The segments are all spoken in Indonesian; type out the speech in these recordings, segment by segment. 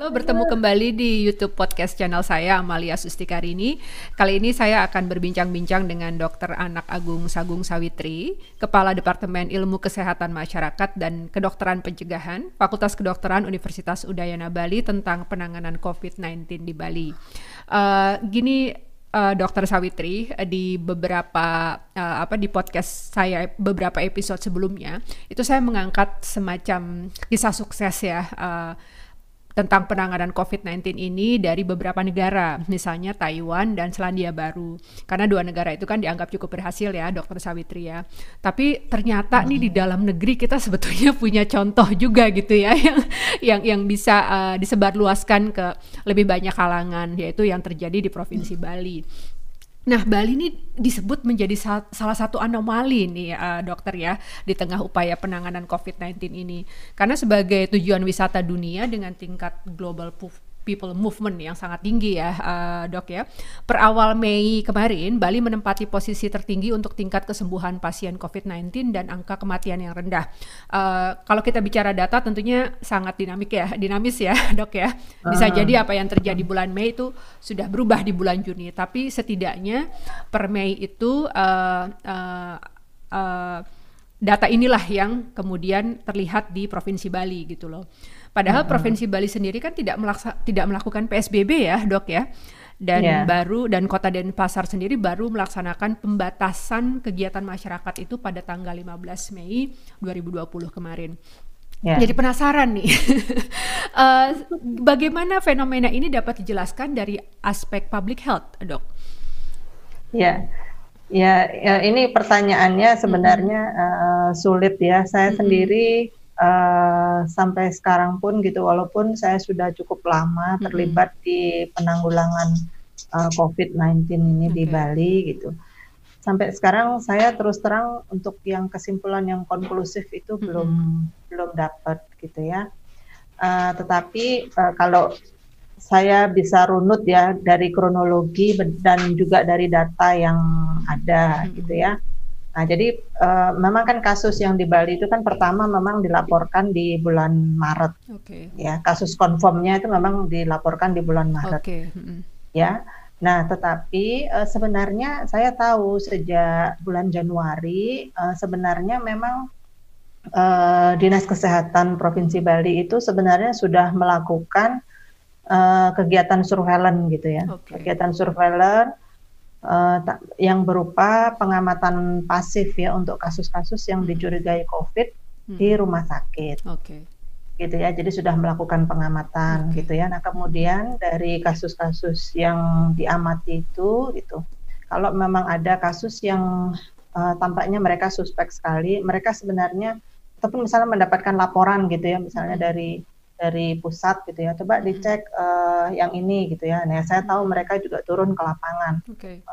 Halo, bertemu kembali di YouTube podcast channel saya, Amalia Sustikarini. Kali ini saya akan berbincang-bincang dengan Dr. Anak Agung Sagung Sawitri, Kepala Departemen Ilmu Kesehatan Masyarakat dan Kedokteran Pencegahan, Fakultas Kedokteran Universitas Udayana Bali tentang penanganan COVID-19 di Bali. Dr. Sawitri, di beberapa di podcast saya beberapa episode sebelumnya itu saya mengangkat semacam kisah sukses ya tentang penanganan COVID-19 ini dari beberapa negara, misalnya Taiwan dan Selandia Baru. Karena dua negara itu kan dianggap cukup berhasil ya, Dr. Sawitri ya. Tapi ternyata nih di dalam negeri kita sebetulnya punya contoh juga gitu ya, yang bisa disebarluaskan ke lebih banyak kalangan, yaitu yang terjadi di Provinsi Bali. Nah, Bali ini disebut menjadi salah satu anomali nih dokter ya di tengah upaya penanganan COVID-19 ini. Karena sebagai tujuan wisata dunia dengan tingkat global people movement yang sangat tinggi ya dok ya. Per awal Mei kemarin, Bali menempati posisi tertinggi untuk tingkat kesembuhan pasien COVID-19 dan angka kematian yang rendah. Kalau kita bicara data tentunya sangat dinamis ya dok ya. Bisa jadi apa yang terjadi bulan Mei itu sudah berubah di bulan Juni, tapi setidaknya per Mei itu data inilah yang kemudian terlihat di Provinsi Bali gitu loh. Padahal Provinsi Bali sendiri kan tidak melakukan PSBB ya dok ya, dan Kota Denpasar sendiri baru melaksanakan pembatasan kegiatan masyarakat itu pada tanggal 15 Mei 2020 kemarin. Jadi penasaran nih, bagaimana fenomena ini dapat dijelaskan dari aspek public health dok? Ya, ini pertanyaannya sebenarnya sulit ya. Saya sendiri sampai sekarang pun gitu, walaupun saya sudah cukup lama terlibat di penanggulangan COVID-19 ini di Bali gitu. Sampai sekarang saya terus terang untuk yang kesimpulan yang konklusif itu belum dapat gitu ya. Tetapi kalau saya bisa runut ya dari kronologi dan juga dari data yang ada gitu ya. Nah, jadi memang kan kasus yang di Bali itu kan pertama memang dilaporkan di bulan Maret. Ya, kasus confirmnya itu memang dilaporkan di bulan Maret. Ya. Nah, tetapi sebenarnya saya tahu sejak bulan Januari sebenarnya memang Dinas Kesehatan Provinsi Bali itu sebenarnya sudah melakukan kegiatan surveillance gitu ya. Kegiatan surveillance yang berupa pengamatan pasif ya untuk kasus-kasus yang dicurigai COVID di rumah sakit, gitu ya. Jadi sudah melakukan pengamatan gitu ya. Nah kemudian dari kasus-kasus yang diamati itu, gitu, kalau memang ada kasus yang tampaknya mereka suspek sekali, mereka sebenarnya ataupun misalnya mendapatkan laporan gitu ya, misalnya dari pusat gitu ya, coba dicek yang ini gitu ya. Nah, saya tahu mereka juga turun ke lapangan,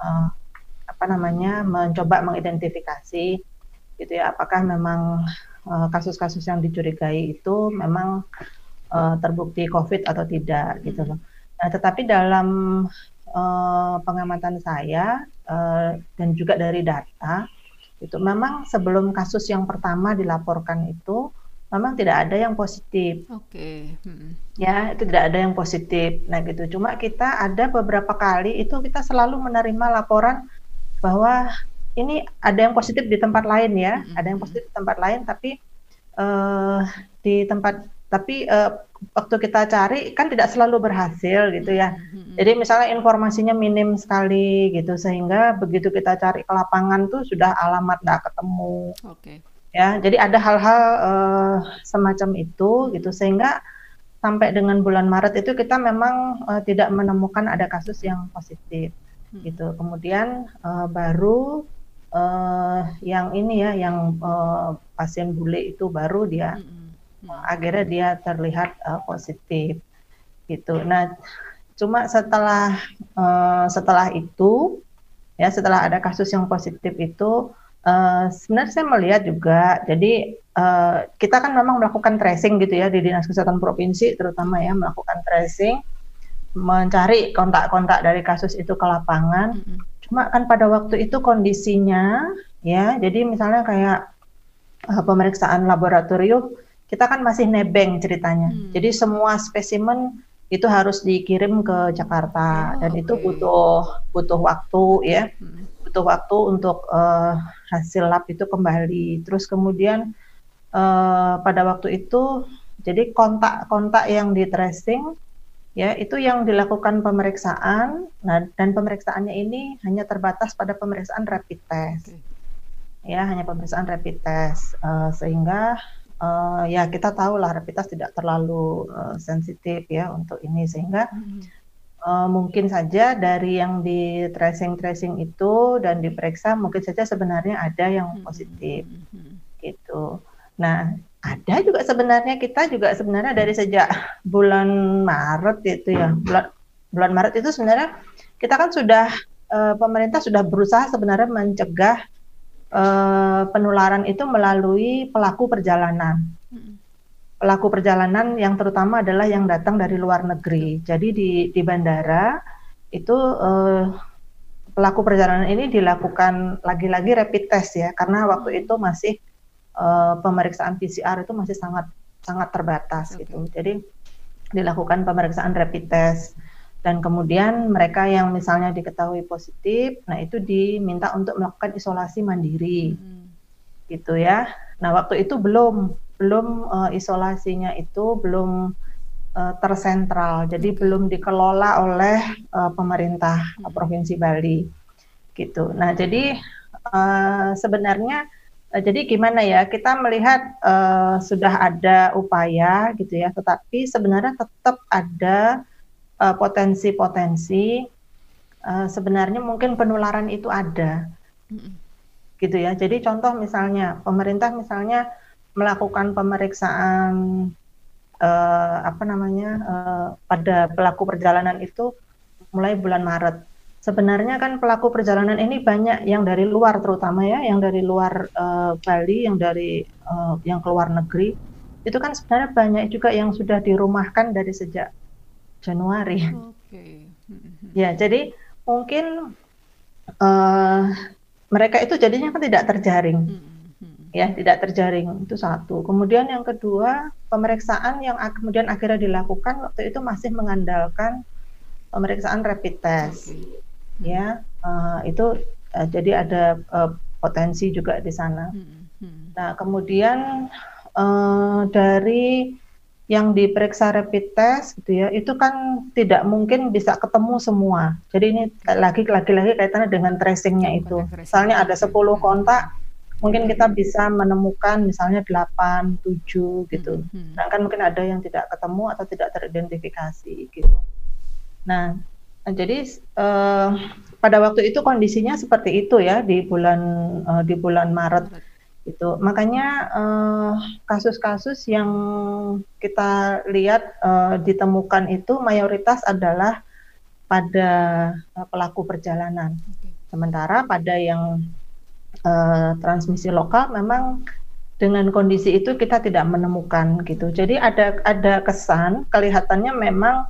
mencoba mengidentifikasi gitu ya, apakah memang kasus-kasus yang dicurigai itu memang terbukti COVID atau tidak gitu loh. Nah, tetapi dalam pengamatan saya dan juga dari data itu memang sebelum kasus yang pertama dilaporkan itu memang tidak ada yang positif. Ya, itu tidak ada yang positif. Nah, gitu. Cuma kita ada beberapa kali itu kita selalu menerima laporan bahwa ini ada yang positif di tempat lain ya, ada yang positif di tempat lain, tapi waktu kita cari kan tidak selalu berhasil gitu ya. Jadi misalnya informasinya minim sekali gitu, sehingga begitu kita cari ke lapangan tuh sudah alamat nggak ketemu. Ya, jadi ada hal-hal semacam itu gitu, sehingga sampai dengan bulan Maret itu kita memang tidak menemukan ada kasus yang positif gitu. Kemudian baru yang ini ya, yang pasien bule itu baru dia akhirnya dia terlihat positif gitu. Nah, cuma setelah itu ya, setelah ada kasus yang positif itu sebenarnya saya melihat juga, jadi kita kan memang melakukan tracing gitu ya di Dinas Kesehatan Provinsi, terutama ya melakukan tracing, mencari kontak-kontak dari kasus itu ke lapangan. Cuma kan pada waktu itu kondisinya ya, jadi misalnya kayak pemeriksaan laboratorium, kita kan masih nebeng ceritanya. Jadi semua spesimen itu harus dikirim ke Jakarta dan itu Oke. butuh waktu ya, butuh waktu untuk hasil lab itu kembali. Terus kemudian pada waktu itu jadi kontak-kontak yang di tracing ya itu yang dilakukan pemeriksaan. Nah, dan pemeriksaannya ini hanya terbatas pada pemeriksaan rapid test. Oke. Ya, hanya pemeriksaan rapid test. Sehingga ya kita tahu lah rapid test tidak terlalu sensitif ya untuk ini sehingga mungkin saja dari yang di tracing itu dan diperiksa mungkin saja sebenarnya ada yang positif gitu. Nah, ada juga sebenarnya kita juga sebenarnya dari sejak bulan Maret itu ya, bulan Maret itu sebenarnya kita kan sudah pemerintah sudah berusaha sebenarnya mencegah penularan itu melalui pelaku perjalanan. Pelaku perjalanan yang terutama adalah yang datang dari luar negeri. Jadi di bandara itu pelaku perjalanan ini dilakukan lagi-lagi rapid test ya, karena waktu itu masih pemeriksaan PCR itu masih sangat terbatas gitu. Jadi dilakukan pemeriksaan rapid test dan kemudian mereka yang misalnya diketahui positif, nah itu diminta untuk melakukan isolasi mandiri, gitu ya. Nah waktu itu belum isolasinya itu belum tersentral, jadi belum dikelola oleh pemerintah Provinsi Bali, gitu. Nah jadi sebenarnya jadi gimana ya, kita melihat sudah ada upaya gitu ya, tetapi sebenarnya tetap ada potensi-potensi sebenarnya mungkin penularan itu ada, gitu ya. Jadi contoh misalnya pemerintah misalnya melakukan pemeriksaan pada pelaku perjalanan itu mulai bulan Maret. Sebenarnya kan pelaku perjalanan ini banyak yang dari luar terutama ya, yang dari luar Bali, yang dari yang keluar negeri. Itu kan sebenarnya banyak juga yang sudah dirumahkan dari sejak Januari. Ya, jadi mungkin mereka itu jadinya kan tidak terjaring. Ya, tidak terjaring, itu satu. Kemudian yang kedua, pemeriksaan yang kemudian akhirnya dilakukan waktu itu masih mengandalkan pemeriksaan rapid test. Ya, itu jadi ada potensi juga di sana. Nah, kemudian dari yang diperiksa rapid test gitu ya, itu kan tidak mungkin bisa ketemu semua. Jadi ini lagi-lagi kaitannya dengan tracingnya itu. Misalnya ada 10 kontak, mungkin kita bisa menemukan misalnya 8, 7 gitu. Nah, kan mungkin ada yang tidak ketemu atau tidak teridentifikasi gitu. Nah, jadi pada waktu itu kondisinya seperti itu ya di bulan Maret itu. Makanya kasus-kasus yang kita lihat ditemukan itu mayoritas adalah pada pelaku perjalanan. Sementara pada yang transmisi lokal memang dengan kondisi itu kita tidak menemukan gitu. Jadi ada kesan kelihatannya memang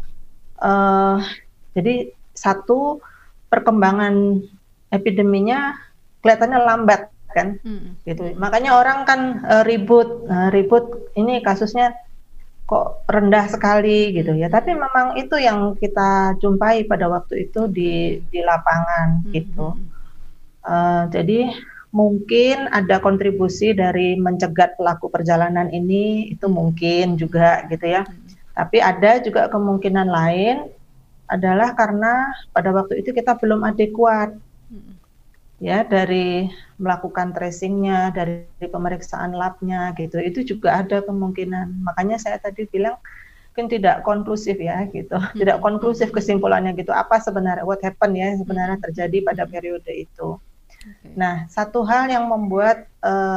jadi satu perkembangan epideminya kelihatannya lambat kan, gitu. Makanya orang kan ribut ini kasusnya kok rendah sekali gitu ya. Tapi memang itu yang kita jumpai pada waktu itu di lapangan gitu. Jadi mungkin ada kontribusi dari mencegat pelaku perjalanan ini itu mungkin juga gitu ya. Tapi ada juga kemungkinan lain adalah karena pada waktu itu kita belum adekuat ya dari melakukan tracingnya, dari pemeriksaan labnya gitu. Itu juga ada kemungkinan. Makanya saya tadi bilang mungkin tidak konklusif ya gitu, tidak konklusif kesimpulannya gitu. Apa sebenarnya what happened ya sebenarnya terjadi pada periode itu. Nah, satu hal yang membuat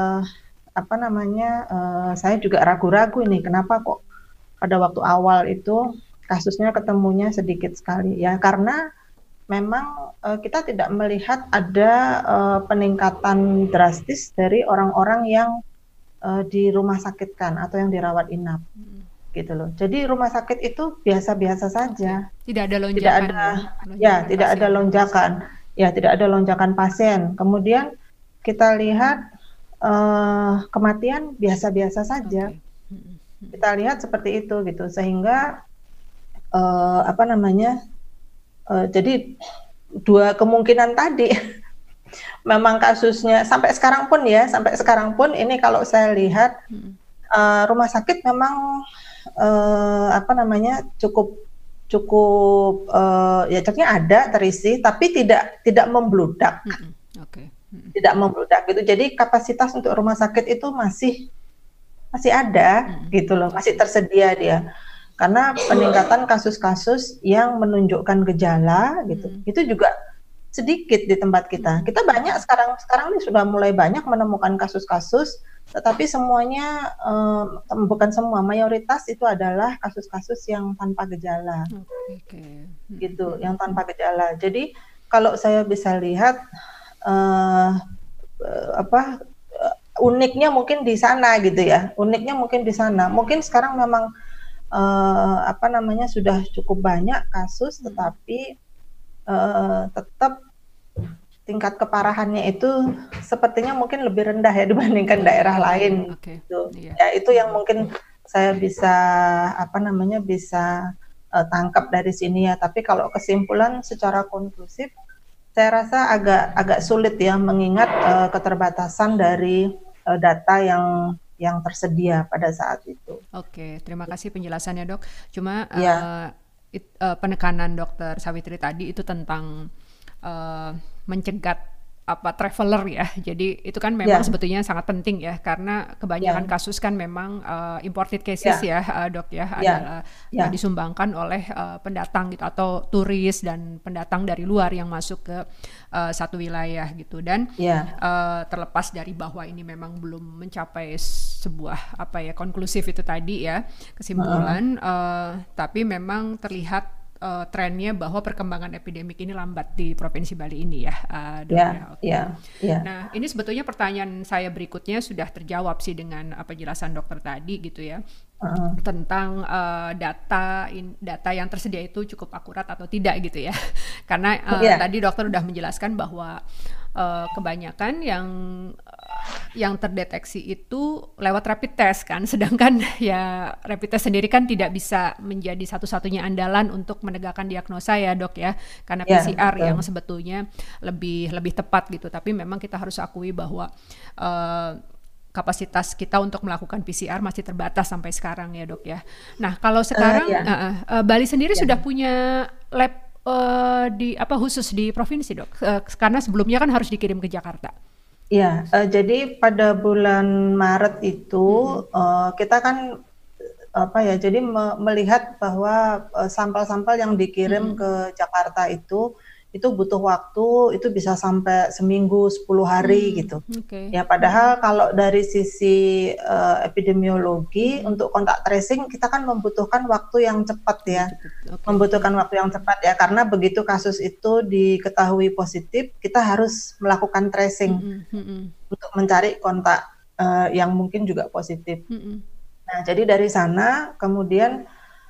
saya juga ragu-ragu ini kenapa kok pada waktu awal itu kasusnya ketemunya sedikit sekali ya, karena memang kita tidak melihat ada peningkatan drastis dari orang-orang yang di rumah sakitkan atau yang dirawat inap gitu loh. Jadi rumah sakit itu biasa-biasa saja. Tidak ada lonjakan. Tidak ada lonjakan. Ya, tidak ada lonjakan pasien. Kemudian kita lihat kematian biasa-biasa saja. Kita lihat seperti itu gitu, sehingga apa namanya, jadi dua kemungkinan tadi memang kasusnya sampai sekarang pun ya, sampai sekarang pun ini kalau saya lihat, rumah sakit memang, apa namanya, cukup cukup, ya ceknya ada terisi, tapi tidak membludak. Oke. Tidak membludak gitu. Jadi kapasitas untuk rumah sakit itu masih ada gitu loh, masih tersedia dia. Karena peningkatan kasus-kasus yang menunjukkan gejala gitu, itu juga sedikit di tempat kita. Kita banyak sekarang ini sudah mulai banyak menemukan kasus-kasus, tetapi semuanya, bukan semua, mayoritas itu adalah kasus-kasus yang tanpa gejala. Oke. Gitu, yang tanpa gejala. Jadi kalau saya bisa lihat, apa, uniknya mungkin di sana gitu ya, uniknya mungkin di sana. Mungkin sekarang memang, apa namanya, sudah cukup banyak kasus, tetapi, tetap tingkat keparahannya itu sepertinya mungkin lebih rendah ya dibandingkan daerah lain gitu. Ya itu yang mungkin saya bisa, apa namanya, bisa, tangkap dari sini ya. Tapi kalau kesimpulan secara konklusif, saya rasa agak sulit ya mengingat, keterbatasan dari, data yang tersedia pada saat itu. Oke, terima kasih penjelasannya, Dok. Cuma, Ya. penekanan Dokter Savitri tadi itu tentang, mencegat traveler ya. Jadi itu kan memang sebetulnya sangat penting ya, karena kebanyakan kasus kan memang, imported cases ya, Dok ya, adalah disumbangkan oleh, pendatang gitu atau turis dan pendatang dari luar yang masuk ke, satu wilayah gitu. Dan, terlepas dari bahwa ini memang belum mencapai sebuah konklusif itu tadi ya, kesimpulan, tapi memang terlihat trennya bahwa perkembangan epidemik ini lambat di Provinsi Bali ini ya, Dok ya. Nah, ini sebetulnya pertanyaan saya berikutnya sudah terjawab sih dengan penjelasan dokter tadi gitu ya, tentang data yang tersedia itu cukup akurat atau tidak gitu ya. Karena tadi dokter udah menjelaskan bahwa kebanyakan yang terdeteksi itu lewat rapid test kan, sedangkan ya rapid test sendiri kan tidak bisa menjadi satu-satunya andalan untuk menegakkan diagnosa ya, Dok ya, karena PCR yang sebetulnya lebih tepat gitu. Tapi memang kita harus akui bahwa kapasitas kita untuk melakukan PCR masih terbatas sampai sekarang ya, Dok ya. Nah, kalau sekarang Bali sendiri sudah punya lab khusus di provinsi, Dok, karena sebelumnya kan harus dikirim ke Jakarta. Iya, jadi pada bulan Maret itu kita kan jadi melihat bahwa sampel-sampel yang dikirim ke Jakarta itu butuh waktu, itu bisa sampai seminggu, 10 hari gitu. Ya padahal kalau dari sisi epidemiologi untuk kontak tracing kita kan membutuhkan waktu yang cepat ya, membutuhkan waktu yang cepat ya, karena begitu kasus itu diketahui positif, kita harus melakukan tracing untuk mencari kontak yang mungkin juga positif. Nah, jadi dari sana kemudian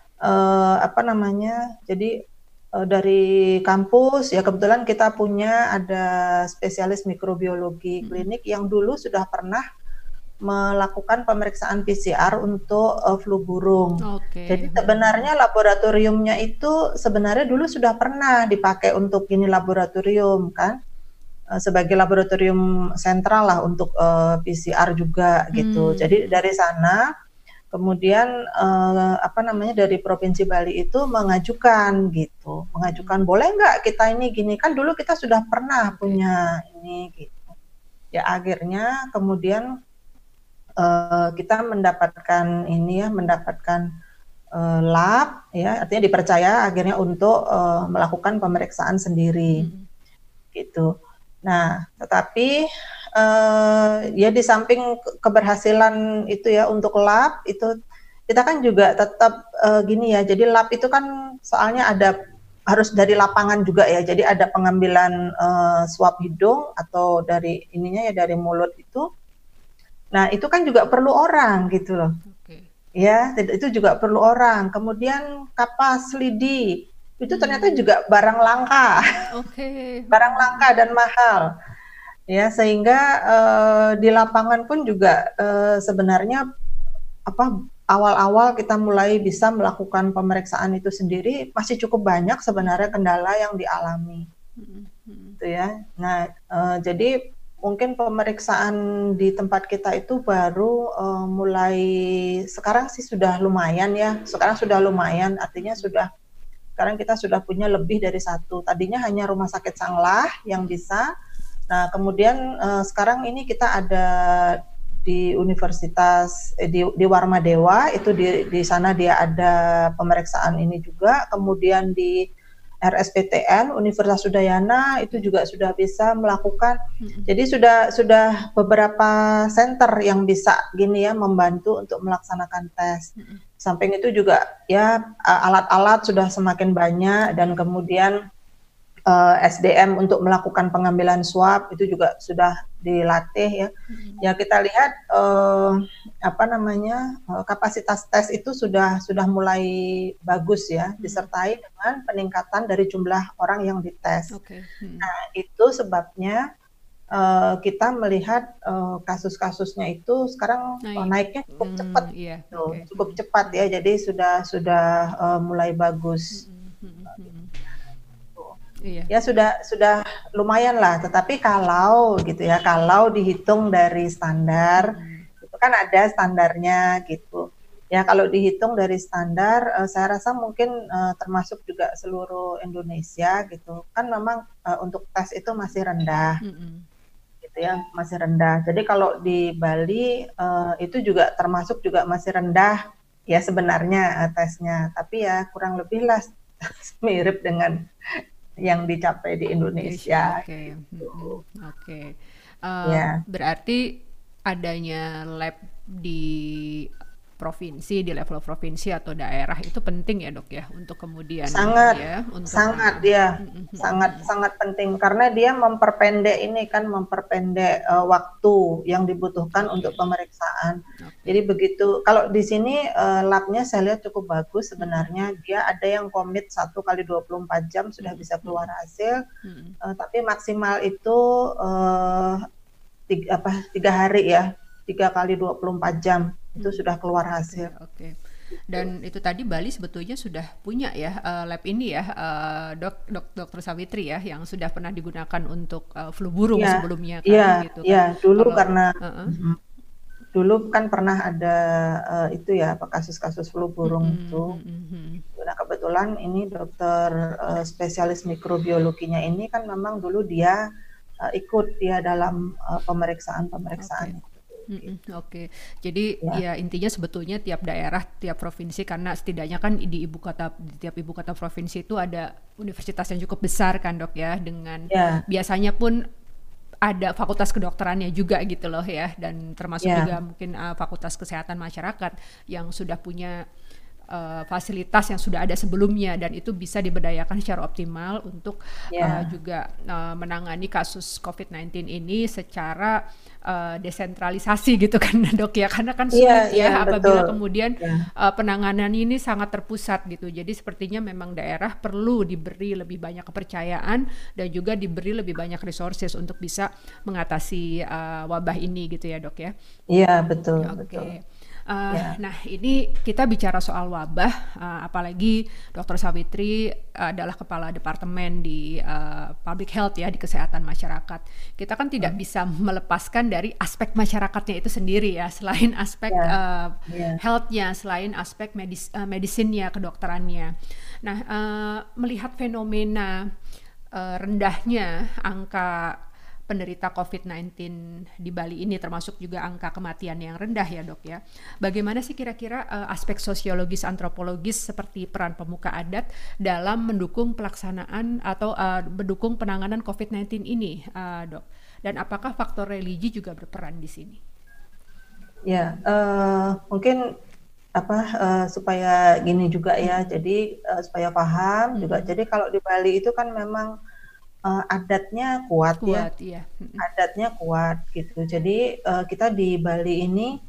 jadi dari kampus ya kebetulan kita punya ada spesialis mikrobiologi klinik yang dulu sudah pernah melakukan pemeriksaan PCR untuk flu burung. Jadi sebenarnya laboratoriumnya itu sebenarnya dulu sudah pernah dipakai untuk ini laboratorium kan, sebagai laboratorium sentral lah untuk PCR juga gitu. Jadi dari sana kemudian dari Provinsi Bali itu mengajukan boleh nggak kita ini gini, kan dulu kita sudah pernah punya ini gitu. Ya akhirnya kemudian kita mendapatkan lab ya, artinya dipercaya akhirnya untuk melakukan pemeriksaan sendiri gitu. Nah, tetapi ya di samping keberhasilan itu ya untuk lab itu kita kan juga tetap gini ya. Jadi lab itu kan soalnya harus dari lapangan juga ya. Jadi ada pengambilan swab hidung atau dari dari mulut itu. Nah, itu kan juga perlu orang gitu loh. Ya, itu juga perlu orang. Kemudian kapas lidi itu ternyata juga barang langka. Barang langka dan mahal. Ya, sehingga di lapangan pun juga sebenarnya awal-awal kita mulai bisa melakukan pemeriksaan itu sendiri, masih cukup banyak sebenarnya kendala yang dialami, gitu ya. Nah, jadi mungkin pemeriksaan di tempat kita itu baru mulai sekarang sih sudah lumayan ya. Sekarang sudah lumayan, artinya sekarang kita sudah punya lebih dari satu. Tadinya hanya Rumah Sakit Sanglah yang bisa. Nah, kemudian sekarang ini kita ada di Universitas di Warma Dewa, itu di sana dia ada pemeriksaan ini juga. Kemudian di RSPTN Universitas Udayana itu juga sudah bisa melakukan. Jadi sudah beberapa center yang bisa gini ya membantu untuk melaksanakan tes. Samping itu juga ya alat-alat sudah semakin banyak, dan kemudian SDM untuk melakukan pengambilan swab itu juga sudah dilatih ya. Ya kita lihat kapasitas tes itu sudah mulai bagus ya, disertai dengan peningkatan dari jumlah orang yang dites. Nah, itu sebabnya kita melihat kasus-kasusnya itu sekarang naiknya cukup cepat, cukup cepat ya. Jadi sudah mulai bagus. Ya sudah lumayan lah. Tetapi kalau gitu ya, kalau dihitung dari standar, itu kan ada standarnya gitu. Ya kalau dihitung dari standar, saya rasa mungkin termasuk juga seluruh Indonesia gitu. Kan memang untuk tes itu masih rendah. Gitu ya, masih rendah. Jadi kalau di Bali itu juga termasuk juga masih rendah ya sebenarnya tesnya. Tapi ya kurang lebih lah mirip dengan yang dicapai di Indonesia. Oke. Berarti adanya lab di provinsi, di level provinsi atau daerah itu penting ya dok ya, untuk kemudian sangat penting, karena dia memperpendek waktu yang dibutuhkan untuk pemeriksaan. Jadi begitu, kalau di sini labnya saya lihat cukup bagus sebenarnya. Dia ada yang komit 1 kali 24 jam sudah bisa keluar hasil, tapi maksimal itu 3 hari ya, 3 kali 24 jam itu sudah keluar hasil. Dan itu tadi Bali sebetulnya sudah punya ya lab ini ya, Dokter Sawitri ya, yang sudah pernah digunakan untuk flu burung sebelumnya kan, gitu kan. Iya, dulu karena dulu kan pernah ada itu ya, kasus-kasus flu burung itu. Nah kebetulan ini dokter spesialis mikrobiologinya ini kan memang dulu dia ikut dia dalam pemeriksaan. Jadi ya intinya sebetulnya tiap daerah, tiap provinsi, karena setidaknya kan di tiap ibu kota provinsi itu ada universitas yang cukup besar kan dok ya, dengan biasanya pun ada fakultas kedokterannya juga gitu loh ya, dan termasuk juga mungkin fakultas kesehatan masyarakat yang sudah punya fasilitas yang sudah ada sebelumnya, dan itu bisa diberdayakan secara optimal untuk juga menangani kasus COVID-19 ini secara desentralisasi gitu kan dok ya, karena kan sulit apabila kemudian penanganan ini sangat terpusat gitu. Jadi sepertinya memang daerah perlu diberi lebih banyak kepercayaan dan juga diberi lebih banyak resources untuk bisa mengatasi wabah ini gitu ya dok ya. Iya betul. Nah ini kita bicara soal wabah, apalagi Dr. Sawitri adalah kepala departemen di public health ya, di kesehatan masyarakat. Kita kan tidak bisa melepaskan dari aspek masyarakatnya itu sendiri ya, selain aspek health-nya, selain aspek medisinnya, kedokterannya. Nah melihat fenomena rendahnya angka penderita COVID-19 di Bali ini, termasuk juga angka kematian yang rendah ya dok ya. Bagaimana sih kira-kira aspek sosiologis, antropologis seperti peran pemuka adat dalam mendukung pelaksanaan atau mendukung penanganan COVID-19 ini dok? Dan apakah faktor religi juga berperan di sini? Ya, mungkin supaya gini juga ya, jadi supaya paham juga. Jadi kalau di Bali itu kan memang adatnya kuat ya. Adatnya kuat gitu. Jadi kita di Bali ini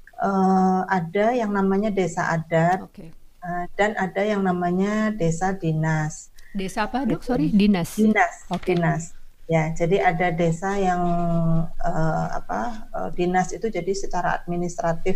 ada yang namanya desa adat, dan ada yang namanya desa dinas. Desa apa dok? Sorry, dinas. Dinas. Ya, jadi ada desa yang dinas itu jadi secara administratif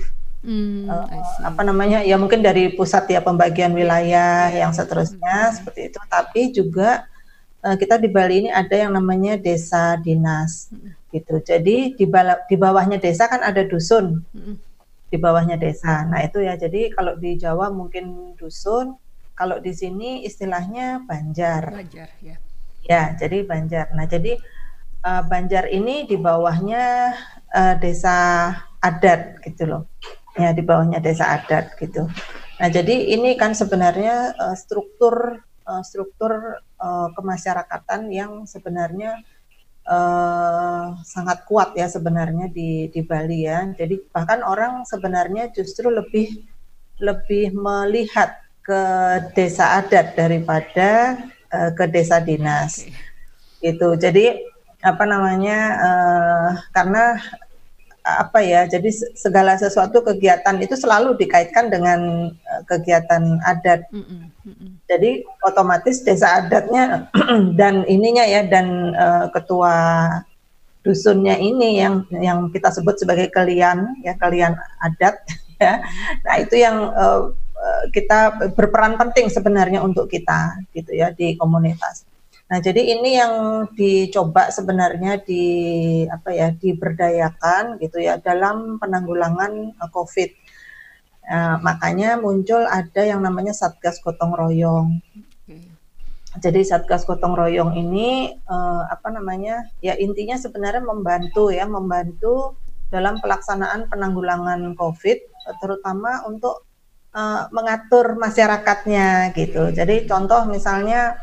I see. apa namanya, ya mungkin dari pusat ya pembagian wilayah yang seterusnya seperti itu. Tapi juga kita di Bali ini ada yang namanya desa dinas gitu. Jadi di bawahnya desa kan ada dusun. Di bawahnya desa. Nah, itu ya. Jadi kalau di Jawa mungkin dusun, kalau di sini istilahnya banjar. Banjar ya. Ya, jadi banjar. Nah, jadi Banjar ini di bawahnya desa adat gitu loh. Ya, di bawahnya desa adat gitu. Nah, jadi ini kan sebenarnya struktur kemasyarakatan yang sebenarnya sangat kuat ya sebenarnya di Bali ya. Jadi bahkan orang sebenarnya justru lebih melihat ke desa adat daripada ke desa dinas. Gitu. Jadi apa namanya karena apa ya, jadi segala sesuatu kegiatan itu selalu dikaitkan dengan kegiatan adat. Jadi otomatis desa adatnya dan ininya ya, dan ketua dusunnya ini yang kita sebut sebagai kalian ya, kalian adat ya. Nah, itu yang kita berperan penting sebenarnya untuk kita gitu ya di komunitas. Nah, jadi ini yang dicoba sebenarnya diberdayakan gitu ya dalam penanggulangan COVID. Makanya muncul ada yang namanya Satgas Gotong Royong. Jadi Satgas Gotong Royong ini ya intinya sebenarnya membantu dalam pelaksanaan penanggulangan COVID, terutama untuk mengatur masyarakatnya gitu. Jadi contoh misalnya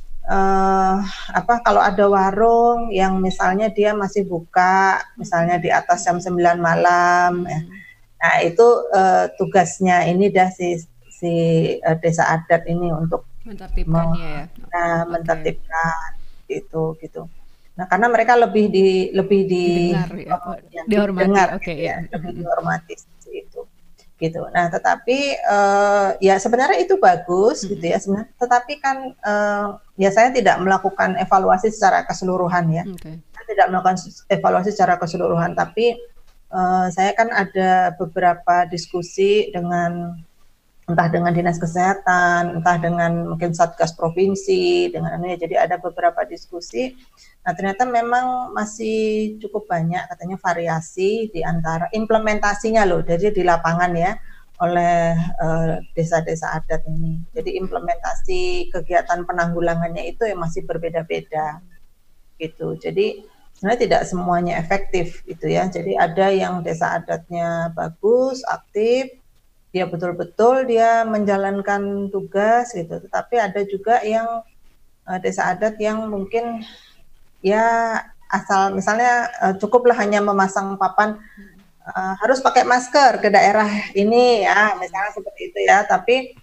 kalau ada warung yang misalnya dia masih buka misalnya di atas jam 9 malam ya. Nah, itu tugasnya ini si desa adat ini untuk mentertibkannya mentertibkan gitu. Nah, karena mereka lebih didengar ya, dihormati, lebih dihormati itu. Gitu. Nah, tetapi ya sebenarnya itu bagus gitu ya sebenarnya. Tetapi kan ya saya tidak melakukan evaluasi secara keseluruhan ya. Saya tidak melakukan evaluasi secara keseluruhan, tapi saya kan ada beberapa diskusi entah dengan dinas kesehatan, entah dengan mungkin satgas provinsi, jadi ada beberapa diskusi. Nah, ternyata memang masih cukup banyak katanya variasi di antara implementasinya loh, jadi di lapangan ya oleh desa-desa adat ini. Jadi implementasi kegiatan penanggulangannya itu yang masih berbeda-beda gitu. Jadi sebenarnya tidak semuanya efektif gitu ya. Jadi ada yang desa adatnya bagus, aktif, dia betul-betul dia menjalankan tugas gitu. Tetapi ada juga yang desa adat yang mungkin ya asal misalnya cukuplah hanya memasang papan harus pakai masker ke daerah ini ya, misalnya seperti itu ya. Tapi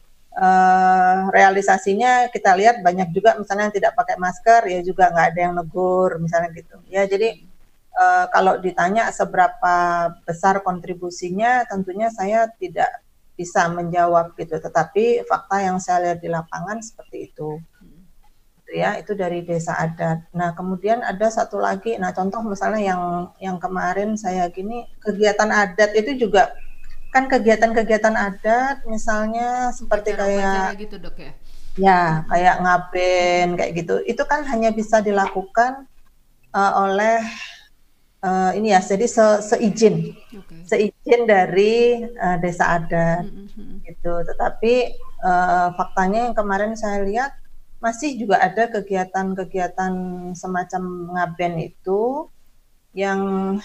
realisasinya kita lihat banyak juga misalnya yang tidak pakai masker ya juga nggak ada yang negur misalnya gitu. Ya jadi kalau ditanya seberapa besar kontribusinya, tentunya saya tidak bisa menjawab gitu, tetapi fakta yang saya lihat di lapangan seperti itu. Ya, itu dari desa adat. Nah, kemudian ada satu lagi, nah contoh misalnya yang kemarin saya kegiatan adat itu juga kan kegiatan-kegiatan adat misalnya seperti kayak gitu, Dok ya. Ya, kayak ngaben kayak gitu. Itu kan hanya bisa dilakukan oleh ini ya, jadi seizin dari desa adat gitu. Tetapi faktanya yang kemarin saya lihat masih juga ada kegiatan-kegiatan semacam ngaben itu yang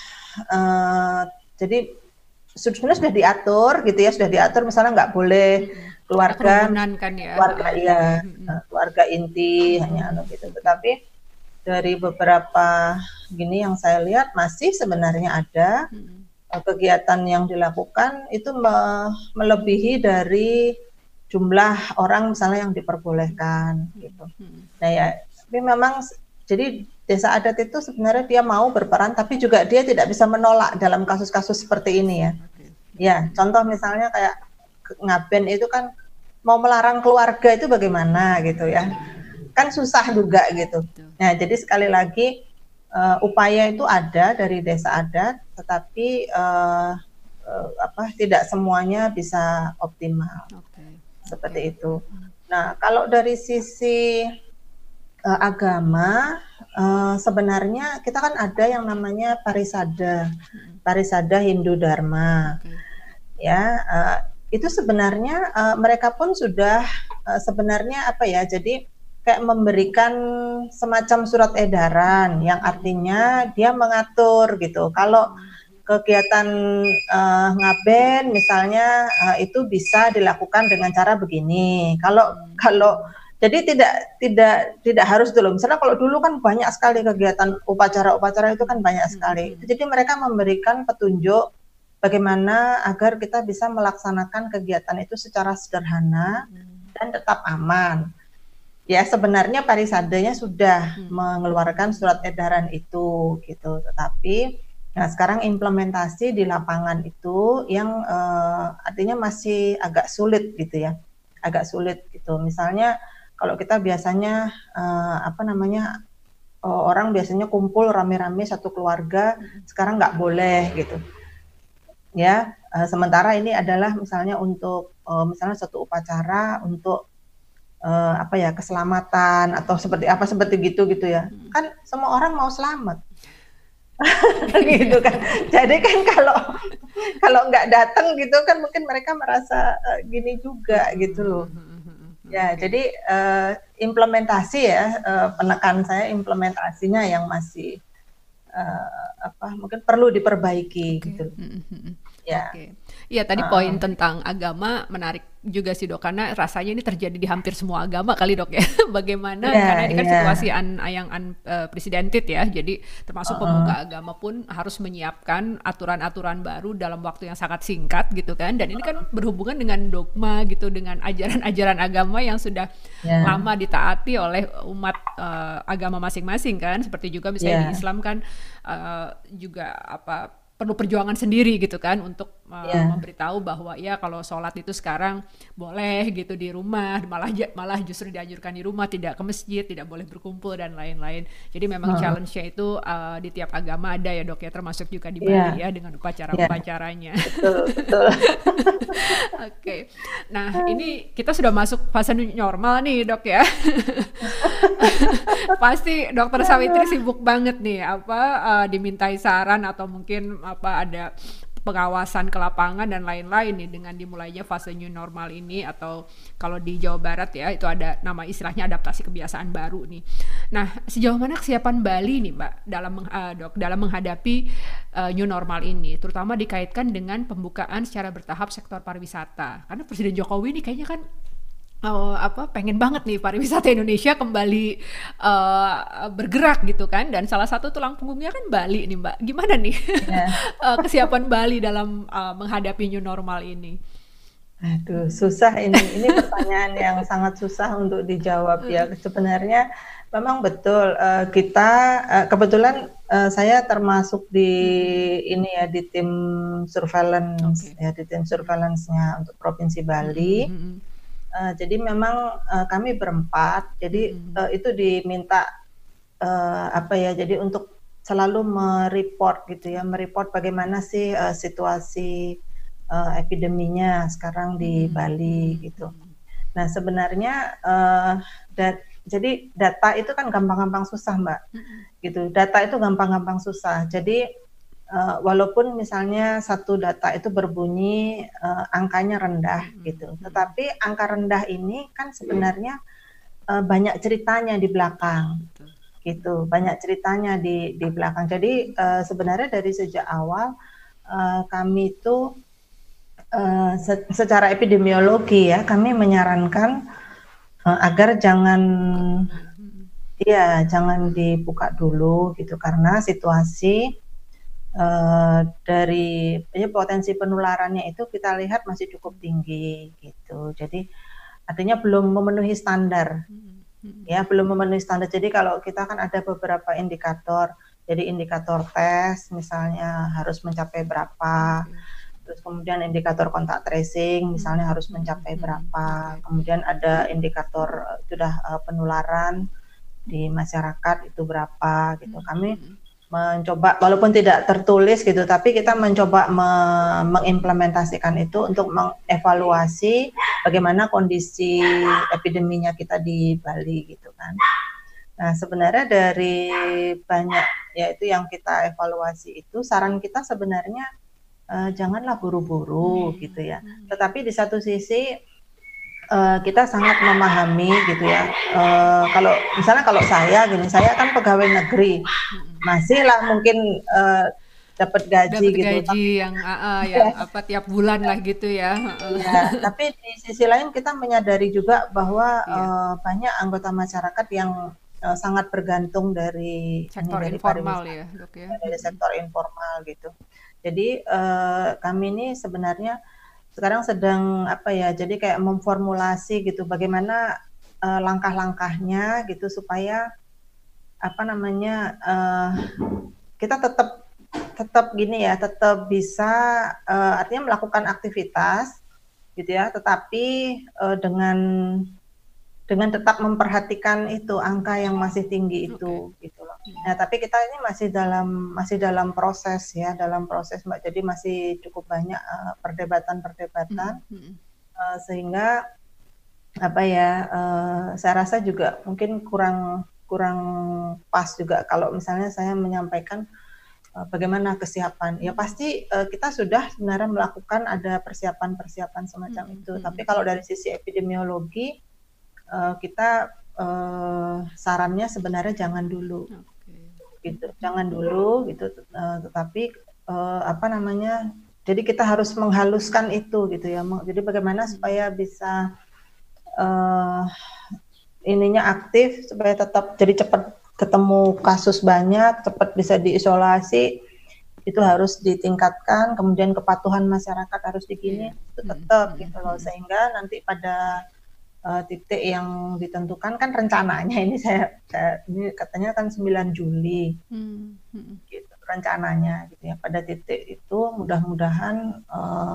jadi sebenarnya sudah diatur gitu ya, sudah diatur misalnya nggak boleh keluarga keluarga inti hanya gitu. Tetapi dari beberapa gini yang saya lihat masih sebenarnya ada kegiatan yang dilakukan itu melebihi dari jumlah orang misalnya yang diperbolehkan gitu. Nah ya, tapi memang jadi desa adat itu sebenarnya dia mau berperan, tapi juga dia tidak bisa menolak dalam kasus-kasus seperti ini ya. Ya, contoh misalnya kayak ngaben itu kan mau melarang keluarga itu bagaimana gitu ya. Kan susah juga gitu. Nah, jadi sekali lagi upaya itu ada dari desa adat, tetapi tidak semuanya bisa optimal. Oke. Seperti itu. Nah, kalau dari sisi agama, sebenarnya kita kan ada yang namanya Parisada Hindu Dharma. Ya, itu sebenarnya mereka pun sudah sebenarnya jadi kayak memberikan semacam surat edaran yang artinya dia mengatur gitu. Kalau kegiatan ngaben misalnya itu bisa dilakukan dengan cara begini. Kalau jadi tidak harus dulu. Misalnya kalau dulu kan banyak sekali kegiatan upacara-upacara itu kan banyak sekali. Jadi mereka memberikan petunjuk bagaimana agar kita bisa melaksanakan kegiatan itu secara sederhana dan tetap aman. Ya, sebenarnya Parisadanya sudah mengeluarkan surat edaran itu gitu, tetapi sekarang implementasi di lapangan itu yang artinya masih agak sulit gitu ya. Agak sulit gitu. Misalnya kalau kita biasanya orang biasanya kumpul rame-rame satu keluarga, sekarang nggak boleh gitu. Ya, sementara ini adalah misalnya untuk misalnya satu upacara untuk keselamatan atau seperti gitu ya. Kan semua orang mau selamat. Gitu kan. Jadi kan kalau nggak datang gitu kan mungkin mereka merasa gini juga gitu loh. Ya, jadi implementasi ya, penekan saya implementasinya yang masih mungkin perlu diperbaiki gitu. Ya. Iya, tadi poin tentang agama menarik juga sih, Dok, karena rasanya ini terjadi di hampir semua agama kali, Dok, ya. Bagaimana karena ini kan situasi yang unprecedented ya. Jadi termasuk pemuka agama pun harus menyiapkan aturan-aturan baru dalam waktu yang sangat singkat gitu kan. Dan ini kan berhubungan dengan dogma gitu, dengan ajaran-ajaran agama yang sudah lama ditaati oleh umat agama masing-masing kan. Seperti juga misalnya di Islam kan juga perlu perjuangan sendiri gitu kan untuk memberitahu bahwa ya kalau sholat itu sekarang boleh gitu di rumah, malah justru dianjurkan di rumah, tidak ke masjid, tidak boleh berkumpul dan lain-lain. Jadi memang challenge-nya itu di tiap agama ada ya, Dok, ya, termasuk juga di Bali ya dengan upacara-upacaranya. Betul. Oke. Nah, ini kita sudah masuk fase normal nih, Dok, ya. Pasti Dokter Sawitri sibuk banget nih, dimintai saran atau mungkin ada pengawasan ke lapangan dan lain-lain nih dengan dimulainya fase new normal ini, atau kalau di Jawa Barat ya itu ada nama istilahnya adaptasi kebiasaan baru nih. Nah, sejauh mana kesiapan Bali nih, Mbak, dalam menghadapi new normal ini, terutama dikaitkan dengan pembukaan secara bertahap sektor pariwisata? Karena Presiden Jokowi nih kayaknya kan pengen banget nih pariwisata Indonesia kembali bergerak gitu kan, dan salah satu tulang punggungnya kan Bali nih, Mbak. Gimana nih kesiapan Bali dalam menghadapi new normal ini? Aduh, susah ini pertanyaan yang sangat susah untuk dijawab ya. Sebenarnya memang betul kita kebetulan saya termasuk di di tim surveillance ya, di tim surveillance-nya untuk Provinsi Bali. Jadi memang kami berempat, jadi itu diminta jadi untuk selalu mereport gitu ya, mereport bagaimana sih situasi epideminya sekarang di Bali gitu. Nah, sebenarnya jadi data itu kan gampang-gampang susah, Mbak. Gitu. Data itu gampang-gampang susah. Jadi walaupun misalnya satu data itu berbunyi angkanya rendah gitu, tetapi angka rendah ini kan sebenarnya banyak ceritanya di belakang gitu, banyak ceritanya di belakang. Jadi sebenarnya dari sejak awal kami itu secara epidemiologi ya, kami menyarankan agar jangan dibuka dulu gitu, karena situasi dari potensi penularannya itu kita lihat masih cukup tinggi gitu. Jadi artinya belum memenuhi standar. Ya, belum memenuhi standar. Jadi kalau kita kan ada beberapa indikator. Jadi indikator tes misalnya harus mencapai berapa. Terus kemudian indikator kontak tracing misalnya harus mencapai berapa. Kemudian ada indikator sudah penularan di masyarakat itu berapa gitu. Kami mencoba walaupun tidak tertulis gitu, tapi kita mencoba mengimplementasikan itu untuk mengevaluasi bagaimana kondisi epideminya kita di Bali gitu kan. Nah, sebenarnya dari banyak yaitu yang kita evaluasi itu, saran kita sebenarnya janganlah buru-buru gitu ya. Tetapi di satu sisi kita sangat memahami gitu ya. Kalau misalnya kalau saya gini, saya kan pegawai negeri, masih lah mungkin dapat gaji gitu. Gaji yang apa tiap bulan lah gitu ya. Ya, tapi di sisi lain kita menyadari juga bahwa banyak anggota masyarakat yang sangat bergantung dari sektor informal ya, Dok ya. Dari sektor informal gitu. Jadi kami ini sebenarnya sekarang sedang jadi kayak memformulasi gitu bagaimana langkah-langkahnya gitu supaya kita tetap gini ya, tetap bisa artinya melakukan aktivitas gitu ya, tetapi dengan tetap memperhatikan itu angka yang masih tinggi itu gitu loh. Nah, tapi kita ini masih dalam proses ya, Mbak. Jadi masih cukup banyak perdebatan sehingga saya rasa juga mungkin kurang pas juga kalau misalnya saya menyampaikan bagaimana kesiapan. Ya pasti kita sudah sebenarnya melakukan ada persiapan semacam itu. Tapi kalau dari sisi epidemiologi kita sarannya sebenarnya jangan dulu, gitu, jangan dulu gitu. Tetapi jadi kita harus menghaluskan itu gitu ya. Jadi bagaimana supaya bisa ininya aktif supaya tetap jadi cepat ketemu kasus banyak, cepat bisa diisolasi. Itu harus ditingkatkan, kemudian kepatuhan masyarakat harus digini, itu tetap gitu loh, sehingga nanti pada titik yang ditentukan kan rencananya ini ini katanya kan 9 Juli gitu rencananya gitu ya, pada titik itu mudah-mudahan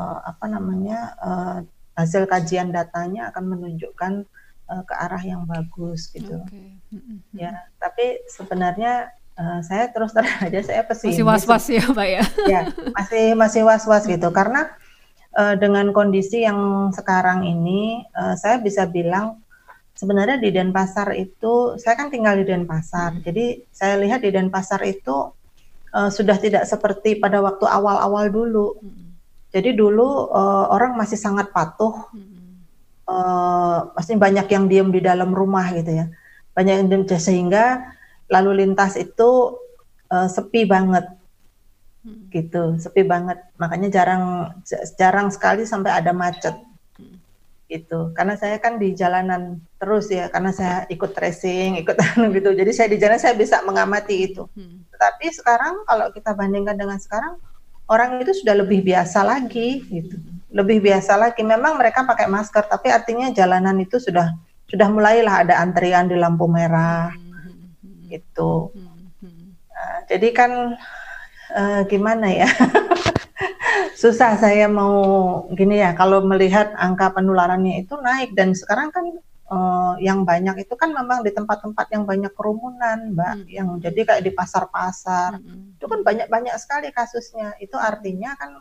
hasil kajian datanya akan menunjukkan ke arah yang bagus gitu. Ya, tapi sebenarnya saya terus terang aja saya pesimis. Masih was-was ya Pak ya? Ya, masih was-was gitu karena dengan kondisi yang sekarang ini, saya bisa bilang sebenarnya di Denpasar itu, saya kan tinggal di Denpasar, jadi saya lihat di Denpasar itu sudah tidak seperti pada waktu awal-awal dulu. Jadi dulu orang masih sangat patuh, pasti banyak yang diem di dalam rumah gitu ya, banyak yang diem sehingga lalu lintas itu sepi banget. Gitu, sepi banget, makanya jarang sekali sampai ada macet gitu, karena saya kan di jalanan terus ya, karena saya ikut tracing, gitu, jadi saya di jalan saya bisa mengamati itu. Tetapi sekarang kalau kita bandingkan dengan sekarang, orang itu sudah lebih biasa lagi gitu, lebih biasa lagi, memang mereka pakai masker, tapi artinya jalanan itu sudah mulailah ada antrian di lampu merah gitu. Nah, jadi kan gimana ya, susah saya mau gini ya, kalau melihat angka penularannya itu naik, dan sekarang kan yang banyak itu kan memang di tempat-tempat yang banyak kerumunan, Mbak, yang jadi kayak di pasar-pasar, itu kan banyak sekali kasusnya. Itu artinya kan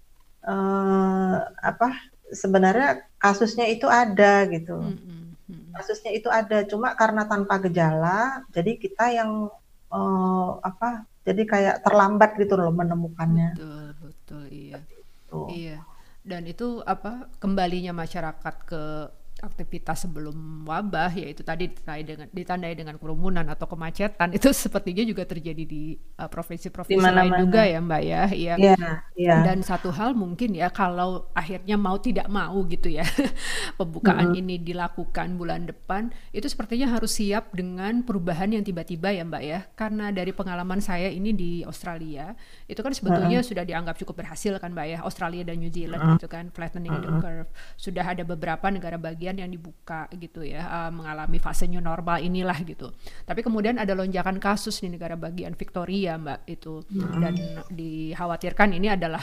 sebenarnya kasusnya itu ada gitu, kasusnya itu ada, cuma karena tanpa gejala, jadi kita yang jadi kayak terlambat gitu loh menemukannya. Betul, iya. Iya. Dan itu kembalinya masyarakat ke aktivitas sebelum wabah, yaitu tadi ditandai dengan kerumunan atau kemacetan, itu sepertinya juga terjadi di provinsi-provinsi lain juga ya Mbak ya. Iya. Dan satu hal mungkin ya, kalau akhirnya mau tidak mau gitu ya pembukaan ini dilakukan bulan depan, itu sepertinya harus siap dengan perubahan yang tiba-tiba ya Mbak ya, karena dari pengalaman saya ini di Australia itu kan sebetulnya sudah dianggap cukup berhasil kan Mbak ya, Australia dan New Zealand gitu kan, flattening the curve, sudah ada beberapa negara bagian yang dibuka gitu ya, mengalami fase new normal inilah gitu. Tapi kemudian ada lonjakan kasus di negara bagian Victoria Mbak itu, dan dikhawatirkan ini adalah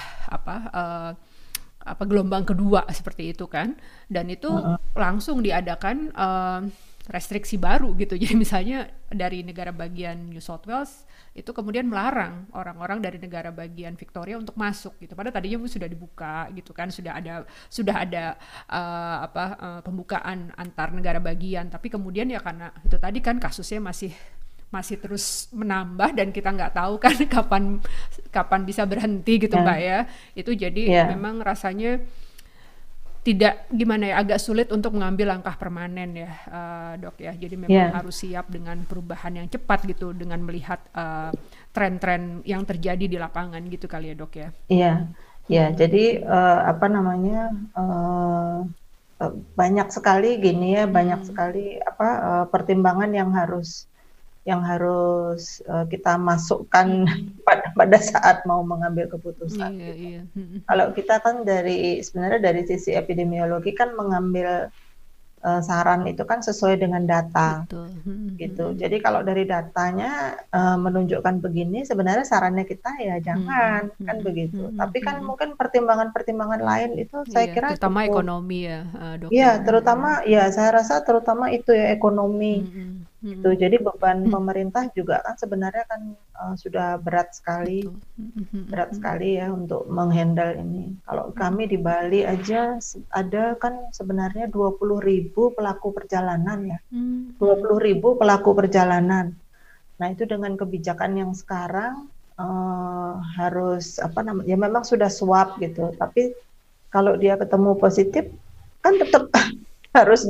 gelombang kedua seperti itu kan, dan itu langsung diadakan restriksi baru gitu. Jadi misalnya dari negara bagian New South Wales itu kemudian melarang orang-orang dari negara bagian Victoria untuk masuk gitu. Padahal tadinya sudah dibuka gitu kan, sudah ada pembukaan antar negara bagian. Tapi kemudian ya karena itu tadi kan kasusnya masih terus menambah dan kita nggak tahu kan kapan bisa berhenti gitu Mbak ya. Itu jadi memang rasanya tidak gimana ya, agak sulit untuk mengambil langkah permanen ya Dok ya. Jadi memang harus siap dengan perubahan yang cepat gitu, dengan melihat tren-tren yang terjadi di lapangan gitu kali ya Dok ya. Iya, jadi banyak sekali banyak sekali pertimbangan yang harus kita masukkan pada saat mau mengambil keputusan. Kalau kita kan sebenarnya dari sisi epidemiologi kan mengambil saran itu kan sesuai dengan data. Gitu. Jadi kalau dari datanya menunjukkan begini, sebenarnya sarannya kita ya jangan kan begitu. Tapi kan mungkin pertimbangan-pertimbangan lain itu saya kira terutama ekonomi ya Dok. Iya, saya rasa terutama itu ya ekonomi. Gitu. Jadi beban pemerintah juga kan sebenarnya kan sudah berat sekali ya untuk menghandle ini. Kalau kami di Bali aja ada kan sebenarnya 20.000 pelaku perjalanan ya, 20.000 pelaku perjalanan. Nah itu dengan kebijakan yang sekarang harus ya memang sudah swab gitu, tapi kalau dia ketemu positif kan tetap harus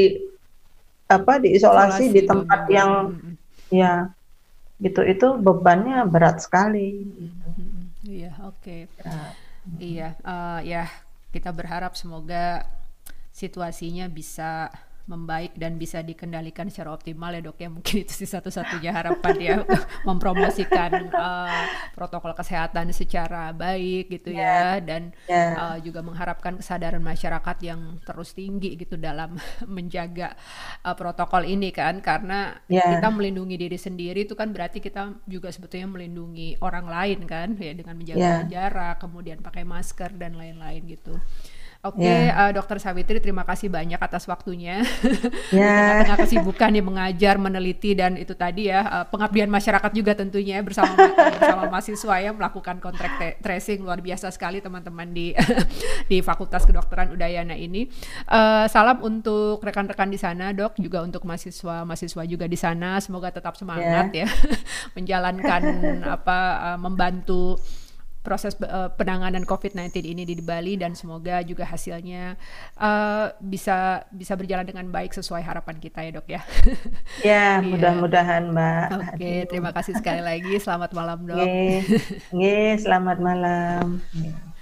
diisolasi di tempat yang ya gitu, itu bebannya berat sekali. Iya, oke. Iya, ya kita berharap semoga situasinya bisa membaik dan bisa dikendalikan secara optimal ya Dok ya. Mungkin itu sih satu-satunya harapan ya, mempromosikan protokol kesehatan secara baik gitu ya, dan juga mengharapkan kesadaran masyarakat yang terus tinggi gitu dalam menjaga protokol ini kan, karena kita melindungi diri sendiri itu kan berarti kita juga sebetulnya melindungi orang lain kan ya, dengan menjaga jarak, kemudian pakai masker dan lain-lain gitu. Oke, Dokter Sawitri, terima kasih banyak atas waktunya. Di tengah-tengah kesibukan nih mengajar, meneliti, dan itu tadi ya pengabdian masyarakat juga tentunya bersama mahasiswa ya, melakukan kontak tracing. Luar biasa sekali teman-teman di Fakultas Kedokteran Udayana ini. Salam untuk rekan-rekan di sana Dok, juga untuk mahasiswa juga di sana. Semoga tetap semangat ya menjalankan membantu proses penanganan COVID-19 ini di Bali, dan semoga juga hasilnya bisa berjalan dengan baik sesuai harapan kita ya Dok ya. Ya, mudah-mudahan Mbak. Oke, terima kasih sekali lagi. Selamat malam Dok. Selamat malam.